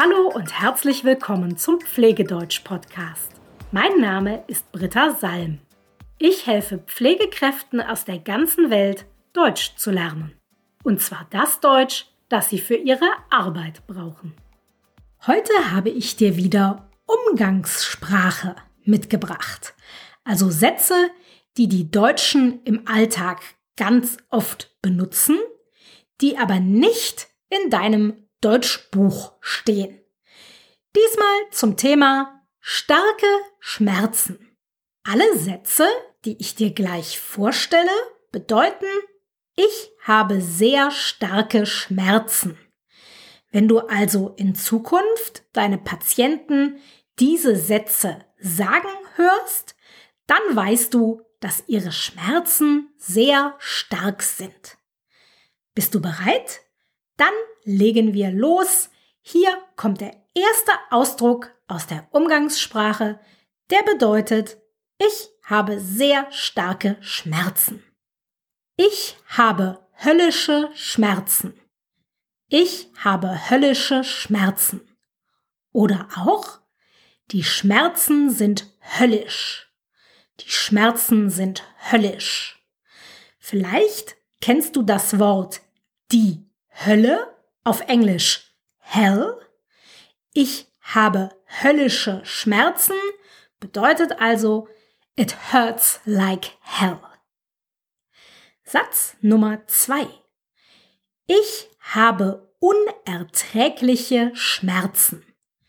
Hallo und herzlich willkommen zum Pflegedeutsch-Podcast. Mein Name ist Britta Salm. Ich helfe Pflegekräften aus der ganzen Welt, Deutsch zu lernen. Und zwar das Deutsch, das sie für ihre Arbeit brauchen. Heute habe ich dir wieder Umgangssprache mitgebracht. Also Sätze, die die Deutschen im Alltag ganz oft benutzen, die aber nicht in deinem Deutschbuch stehen. Diesmal zum Thema starke Schmerzen. Alle Sätze, die ich dir gleich vorstelle, bedeuten, ich habe sehr starke Schmerzen. Wenn du also in Zukunft deine Patienten diese Sätze sagen hörst, dann weißt du, dass ihre Schmerzen sehr stark sind. Bist du bereit? Dann legen wir los. Hier kommt der erste Ausdruck aus der Umgangssprache, der bedeutet, ich habe sehr starke Schmerzen. Ich habe höllische Schmerzen. Ich habe höllische Schmerzen. Oder auch, die Schmerzen sind höllisch. Die Schmerzen sind höllisch. Vielleicht kennst du das Wort die Hölle, auf Englisch Hell. Ich habe höllische Schmerzen, bedeutet also it hurts like hell. Satz Nummer 2. Ich habe unerträgliche Schmerzen.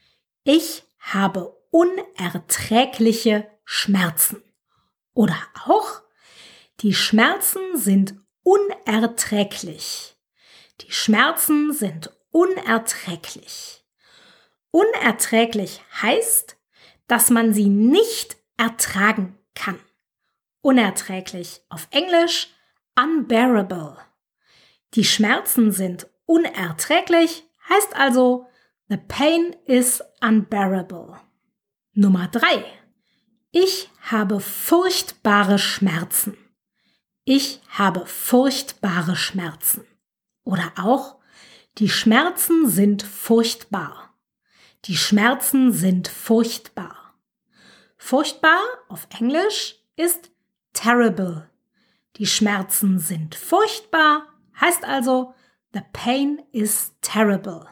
Ich habe unerträgliche Schmerzen. Oder auch, die Schmerzen sind unerträglich. Die Schmerzen sind unerträglich. Unerträglich heißt, dass man sie nicht ertragen kann. Unerträglich auf Englisch unbearable. Die Schmerzen sind unerträglich heißt also the pain is unbearable. Nummer 3. Ich habe furchtbare Schmerzen. Ich habe furchtbare Schmerzen. Oder auch, die Schmerzen sind furchtbar. Die Schmerzen sind furchtbar. Furchtbar auf Englisch ist terrible. Die Schmerzen sind furchtbar, heißt also, the pain is terrible.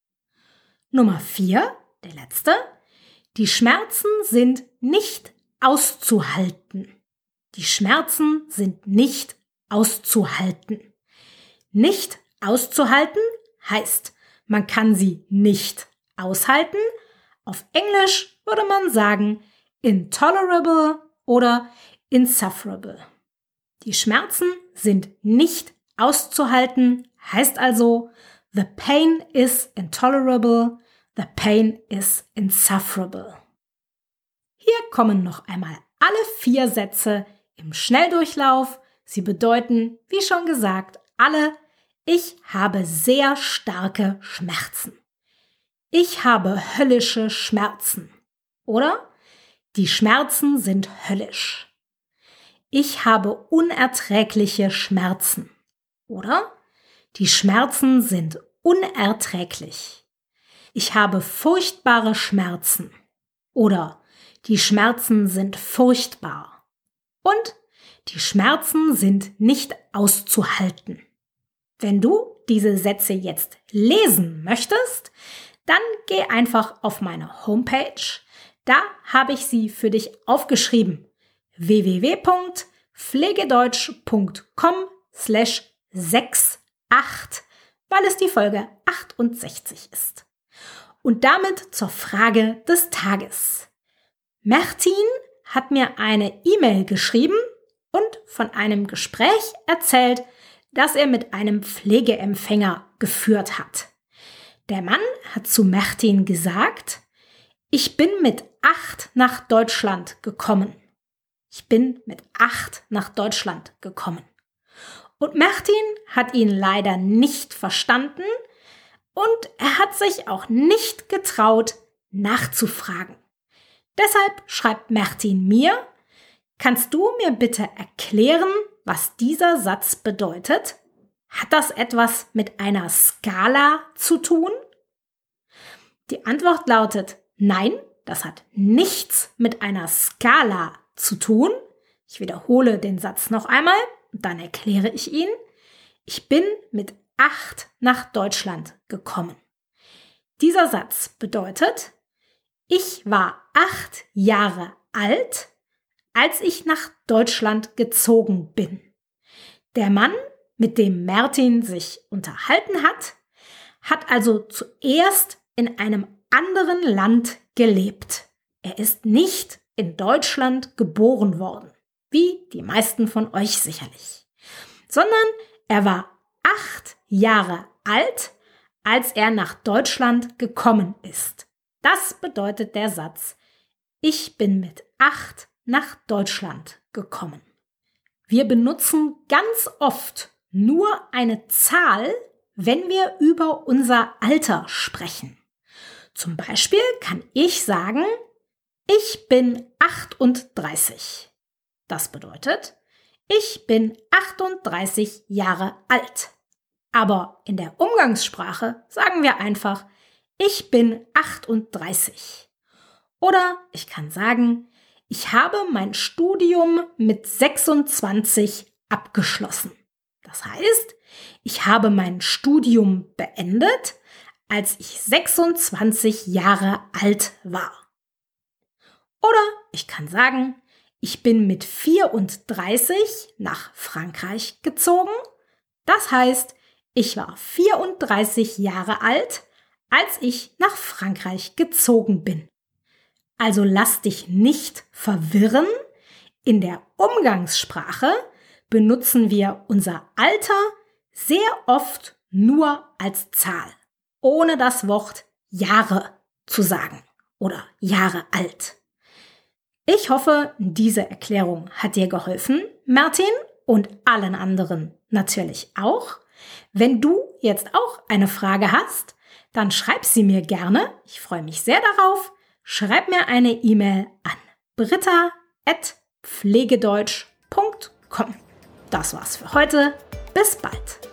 Nummer 4, der letzte. Die Schmerzen sind nicht auszuhalten. Die Schmerzen sind nicht auszuhalten. Nicht auszuhalten heißt, man kann sie nicht aushalten. Auf Englisch würde man sagen intolerable oder insufferable. Die Schmerzen sind nicht auszuhalten, heißt also the pain is intolerable, the pain is insufferable. Hier kommen noch einmal alle 4 Sätze im Schnelldurchlauf. Sie bedeuten, wie schon gesagt, alle, ich habe sehr starke Schmerzen. Ich habe höllische Schmerzen. Oder die Schmerzen sind höllisch. Ich habe unerträgliche Schmerzen. Oder die Schmerzen sind unerträglich. Ich habe furchtbare Schmerzen. Oder die Schmerzen sind furchtbar. Und die Schmerzen sind nicht auszuhalten. Wenn du diese Sätze jetzt lesen möchtest, dann geh einfach auf meine Homepage. Da habe ich sie für dich aufgeschrieben. www.pflegedeutsch.com/68, weil es die Folge 68 ist. Und damit zur Frage des Tages. Martin hat mir eine E-Mail geschrieben und von einem Gespräch erzählt, das er mit einem Pflegeempfänger geführt hat. Der Mann hat zu Martin gesagt, ich bin mit 8 nach Deutschland gekommen. Ich bin mit 8 nach Deutschland gekommen. Und Martin hat ihn leider nicht verstanden und er hat sich auch nicht getraut, nachzufragen. Deshalb schreibt Martin mir, kannst du mir bitte erklären, was dieser Satz bedeutet? Hat das etwas mit einer Skala zu tun? Die Antwort lautet nein, das hat nichts mit einer Skala zu tun. Ich wiederhole den Satz noch einmal und dann erkläre ich ihn. Ich bin mit 8 nach Deutschland gekommen. Dieser Satz bedeutet, ich war 8 Jahre alt, als ich nach Deutschland gezogen bin. Der Mann, mit dem Martin sich unterhalten hat, hat also zuerst in einem anderen Land gelebt. Er ist nicht in Deutschland geboren worden, wie die meisten von euch sicherlich, sondern er war 8 Jahre alt, als er nach Deutschland gekommen ist. Das bedeutet der Satz, ich bin mit 8 nach Deutschland gekommen. Wir benutzen ganz oft nur eine Zahl, wenn wir über unser Alter sprechen. Zum Beispiel kann ich sagen, ich bin 38. Das bedeutet, ich bin 38 Jahre alt. Aber in der Umgangssprache sagen wir einfach, ich bin 38. Oder ich kann sagen, ich habe mein Studium mit 26 abgeschlossen. Das heißt, ich habe mein Studium beendet, als ich 26 Jahre alt war. Oder ich kann sagen, ich bin mit 34 nach Frankreich gezogen. Das heißt, ich war 34 Jahre alt, als ich nach Frankreich gezogen bin. Also lass dich nicht verwirren. In der Umgangssprache benutzen wir unser Alter sehr oft nur als Zahl, ohne das Wort Jahre zu sagen oder Jahre alt. Ich hoffe, diese Erklärung hat dir geholfen, Martin, und allen anderen natürlich auch. Wenn du jetzt auch eine Frage hast, dann schreib sie mir gerne. Ich freue mich sehr darauf. Schreib mir eine E-Mail an britta@pflegedeutsch.com. Das war's für heute. Bis bald.